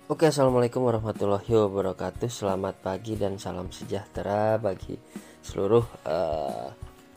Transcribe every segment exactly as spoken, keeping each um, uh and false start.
Oke, assalamualaikum warahmatullahi wabarakatuh. Selamat pagi dan salam sejahtera bagi seluruh uh,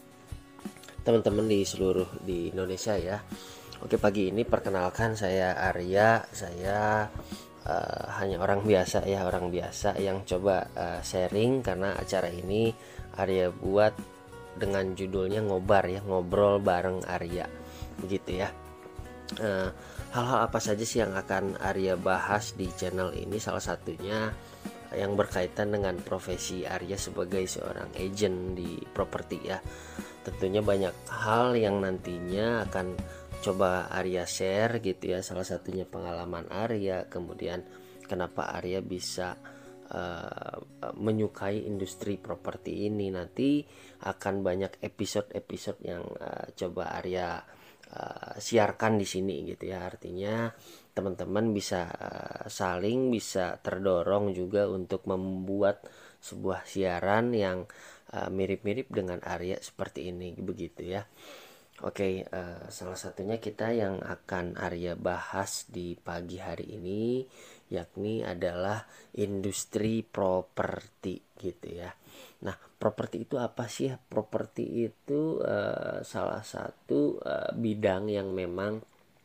teman-teman di seluruh di Indonesia ya. Oke, pagi ini perkenalkan saya Arya. Saya uh, hanya orang biasa ya, orang biasa yang coba uh, sharing karena acara ini Arya buat dengan judulnya ngobar ya, ngobrol bareng Arya. Begitu ya. Uh, hal-hal apa saja sih yang akan Arya bahas di channel ini? Salah satunya yang berkaitan dengan profesi Arya sebagai seorang agent di properti ya. Tentunya banyak hal yang nantinya akan coba Arya share gitu ya. Salah satunya pengalaman Arya, kemudian kenapa Arya bisa uh, menyukai industri properti ini. Nanti akan banyak episode-episode yang uh, coba Arya Uh, siarkan di sini gitu ya. Artinya teman-teman bisa uh, saling bisa terdorong juga untuk membuat sebuah siaran yang uh, mirip-mirip dengan Arya seperti ini begitu ya. Oke, uh, salah satunya kita yang akan Arya bahas di pagi hari ini yakni adalah industri properti gitu ya. Nah, properti itu apa sih? Properti itu uh, salah satu uh, bidang yang memang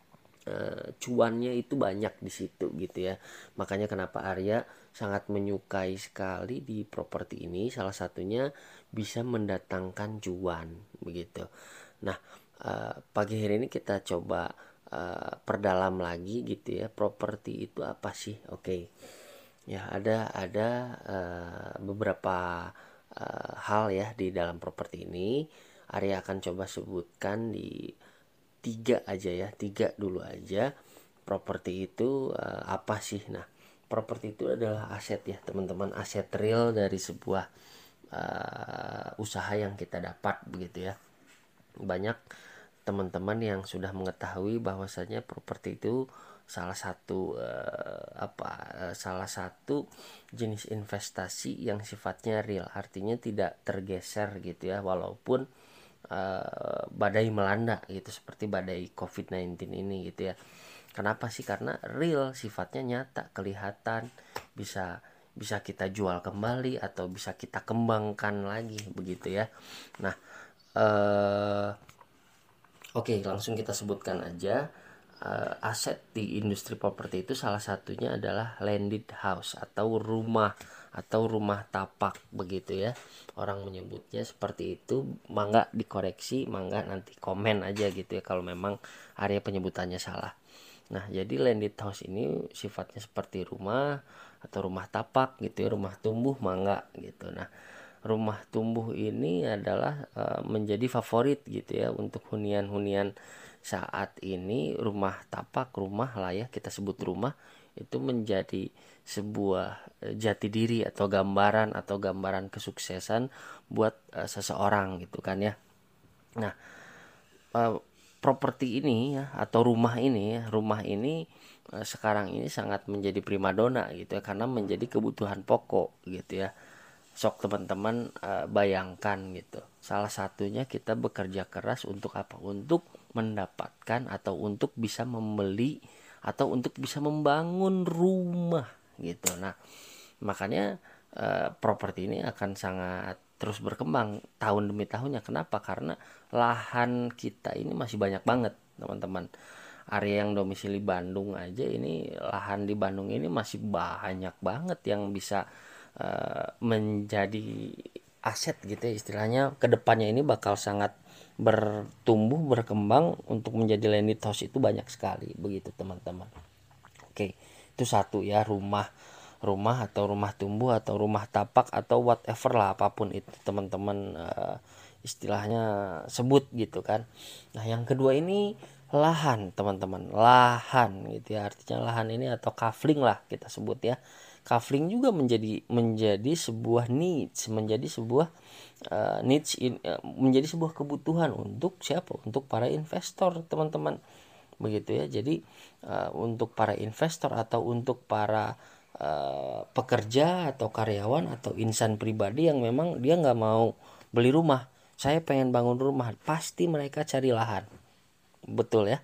uh, cuannya itu banyak di situ gitu ya. Makanya kenapa Arya sangat menyukai sekali di properti ini. Salah satunya bisa mendatangkan cuan begitu. Nah, uh, pagi hari ini kita coba uh, perdalam lagi gitu ya. Properti itu apa sih? Oke. Okay. Ya, ada ada uh, beberapa uh, hal ya di dalam properti ini. Arya akan coba sebutkan di tiga aja ya, tiga dulu aja. Properti itu uh, apa sih? Nah, properti itu adalah aset ya teman-teman, aset real dari sebuah uh, usaha yang kita dapat begitu ya. Banyak teman-teman yang sudah mengetahui bahwasanya properti itu salah satu uh, apa uh, salah satu jenis investasi yang sifatnya real, artinya tidak tergeser gitu ya, walaupun uh, badai melanda gitu seperti badai covid sembilan belas ini gitu ya. Kenapa sih? Karena real, sifatnya nyata, kelihatan, bisa bisa kita jual kembali atau bisa kita kembangkan lagi begitu ya. Nah, uh, Oke, langsung kita sebutkan aja. Uh, aset di industri properti itu salah satunya adalah landed house atau rumah atau rumah tapak begitu ya. Orang menyebutnya seperti itu. Mangga dikoreksi, mangga nanti komen aja gitu ya kalau memang area penyebutannya salah. Nah, jadi landed house ini sifatnya seperti rumah atau rumah tapak gitu ya, rumah tumbuh mangga gitu. Nah, rumah tumbuh ini adalah uh, menjadi favorit gitu ya untuk hunian-hunian saat ini. Rumah tapak, rumah lah ya kita sebut rumah, itu menjadi sebuah uh, jati diri atau gambaran atau gambaran kesuksesan buat uh, seseorang gitu kan ya. Nah, uh, properti ini ya atau rumah ini ya, rumah ini uh, sekarang ini sangat menjadi primadona gitu ya, karena menjadi kebutuhan pokok gitu ya. Sok teman-teman uh, bayangkan gitu. Salah satunya kita bekerja keras untuk apa? Untuk mendapatkan atau untuk bisa membeli atau untuk bisa membangun rumah gitu. Nah, makanya uh, properti ini akan sangat terus berkembang tahun demi tahunnya. Kenapa? Karena lahan kita ini masih banyak banget, teman-teman. Area yang domisili Bandung aja ini, lahan di Bandung ini masih banyak banget yang bisa uh, menjadi aset gitu ya, istilahnya kedepannya ini bakal sangat bertumbuh berkembang untuk menjadi landed house itu banyak sekali begitu teman-teman. Oke, itu satu ya, rumah rumah atau rumah tumbuh atau rumah tapak atau whatever lah apapun itu teman-teman uh, istilahnya sebut gitu kan. Nah, yang kedua ini lahan teman-teman, lahan gitu ya, artinya lahan ini atau kafling lah kita sebut ya. Kafling juga menjadi menjadi sebuah needs, menjadi sebuah uh, needs in, uh, menjadi sebuah kebutuhan untuk siapa? Untuk para investor teman-teman begitu ya. Jadi uh, untuk para investor atau untuk para uh, pekerja atau karyawan atau insan pribadi yang memang dia nggak mau beli rumah, saya pengen bangun rumah, pasti mereka cari lahan, betul ya.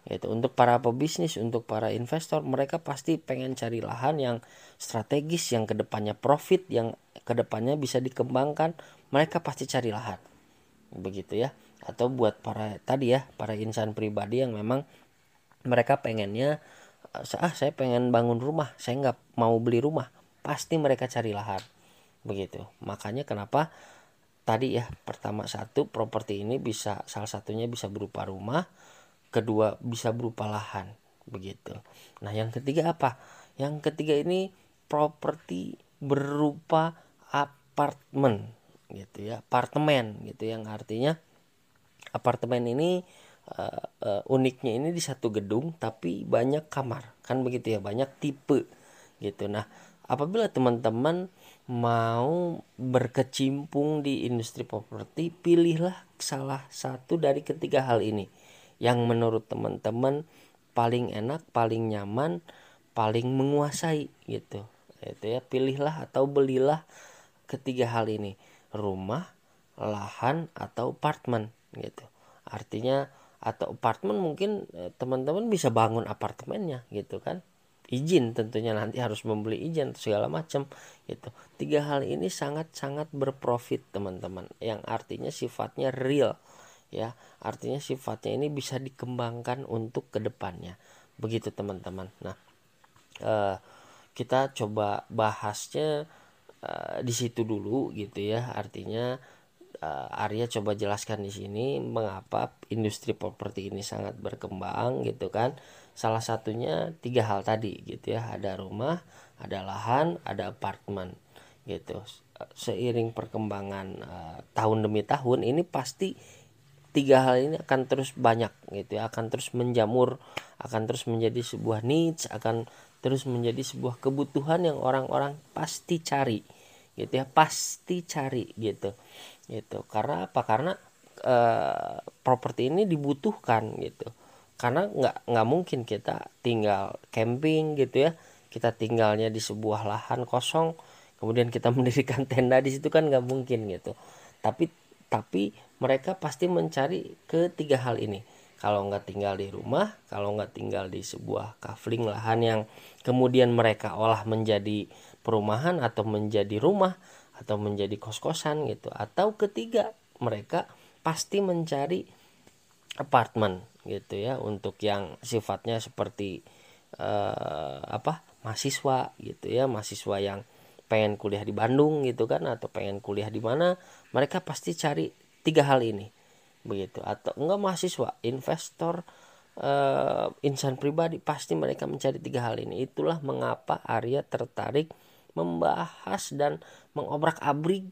Gitu. Untuk para pebisnis, untuk para investor, mereka pasti pengen cari lahan yang strategis, yang kedepannya profit, yang kedepannya bisa dikembangkan. Mereka pasti cari lahan, begitu ya. Atau buat para tadi ya, para insan pribadi yang memang mereka pengennya, ah saya pengen bangun rumah, saya nggak mau beli rumah, pasti mereka cari lahan, begitu. Makanya kenapa tadi ya, pertama satu, properti ini bisa salah satunya bisa berupa rumah, kedua bisa berupa lahan, begitu. Nah yang ketiga apa? Yang ketiga ini properti berupa apartemen, gitu ya, apartemen gitu, yang artinya apartemen ini uh, uh, uniknya ini di satu gedung tapi banyak kamar, kan begitu ya, banyak tipe gitu. Nah apabila teman-teman mau berkecimpung di industri properti, pilihlah salah satu dari ketiga hal ini yang menurut teman-teman paling enak, paling nyaman, paling menguasai gitu. Itu ya, pilihlah atau belilah ketiga hal ini, rumah, lahan, atau apartemen gitu. Artinya atau apartemen mungkin eh, teman-teman bisa bangun apartemennya gitu kan. Izin tentunya nanti harus membeli izin atau segala macam gitu. Tiga hal ini sangat-sangat berprofit teman-teman, yang artinya sifatnya real ya, artinya sifatnya ini bisa dikembangkan untuk kedepannya, begitu teman-teman. Nah eh, kita coba bahasnya eh, di situ dulu gitu ya. Artinya uh, Arya coba jelaskan di sini mengapa industri properti ini sangat berkembang gitu kan. Salah satunya tiga hal tadi gitu ya, ada rumah, ada lahan, ada apartemen gitu. Seiring perkembangan uh, tahun demi tahun ini pasti tiga hal ini akan terus banyak gitu ya, akan terus menjamur, akan terus menjadi sebuah needs, akan terus menjadi sebuah kebutuhan yang orang-orang pasti cari gitu ya, pasti cari gitu gitu. Karena apa? Karena uh, properti ini dibutuhkan gitu. Karena nggak nggak mungkin kita tinggal camping gitu ya, kita tinggalnya di sebuah lahan kosong kemudian kita mendirikan tenda di situ, kan nggak mungkin gitu. Tapi tapi mereka pasti mencari ketiga hal ini. Kalau nggak tinggal di rumah, kalau nggak tinggal di sebuah kafling lahan yang kemudian mereka olah menjadi perumahan atau menjadi rumah atau menjadi kos-kosan gitu, atau ketiga mereka pasti mencari apartemen gitu ya, untuk yang sifatnya seperti eh, apa mahasiswa gitu ya, mahasiswa yang pengen kuliah di Bandung gitu kan, atau pengen kuliah di mana, mereka pasti cari tiga hal ini begitu. Atau enggak mahasiswa, investor, eh, insan pribadi, pasti mereka mencari tiga hal ini. Itulah mengapa Arya tertarik membahas dan mengobrak-abrik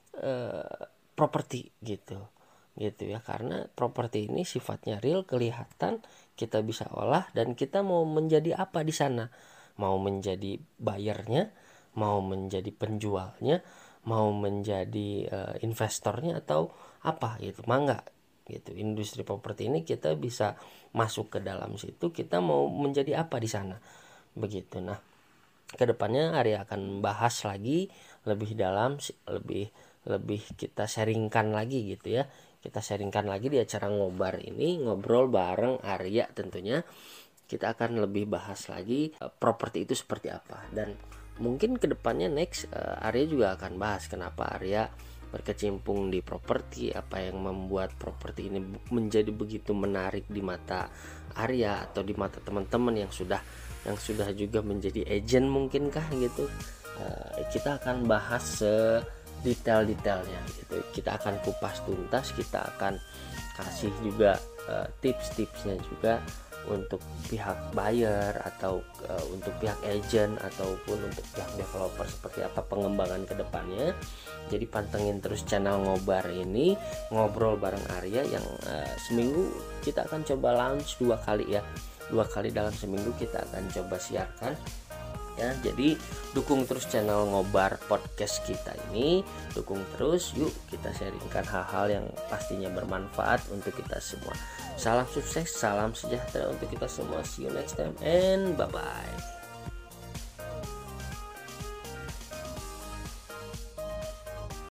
eh, properti gitu gitu ya, karena properti ini sifatnya real, kelihatan, kita bisa olah, dan kita mau menjadi apa di sana, mau menjadi buyernya, mau menjadi penjualnya, mau menjadi uh, investornya atau apa gitu, mangga gitu. Industri properti ini kita bisa masuk ke dalam situ, kita mau menjadi apa di sana begitu. Nah kedepannya Arya akan bahas lagi lebih dalam, lebih lebih kita sharingkan lagi gitu ya, kita sharingkan lagi di acara ngobar ini, ngobrol bareng Arya tentunya. Kita akan lebih bahas lagi uh, properti itu seperti apa, dan mungkin kedepannya next uh, Arya juga akan bahas kenapa Arya berkecimpung di properti, apa yang membuat properti ini menjadi begitu menarik di mata Arya atau di mata teman-teman yang sudah yang sudah juga menjadi agent mungkinkah gitu. Uh, kita akan bahas sedetail-detailnya gitu. Kita akan kupas tuntas, kita akan kasih juga uh, tips-tipsnya juga untuk pihak buyer atau uh, untuk pihak agent ataupun untuk pihak developer seperti apa pengembangan kedepannya. Jadi pantengin terus channel ngobar ini, ngobrol bareng Arya, yang uh, seminggu kita akan coba launch dua kali ya, dua kali dalam seminggu kita akan coba siarkan ya. Jadi dukung terus channel ngobar podcast kita ini, dukung terus, yuk kita sharingkan hal-hal yang pastinya bermanfaat untuk kita semua. Salam sukses, salam sejahtera untuk kita semua. See you next time and bye bye.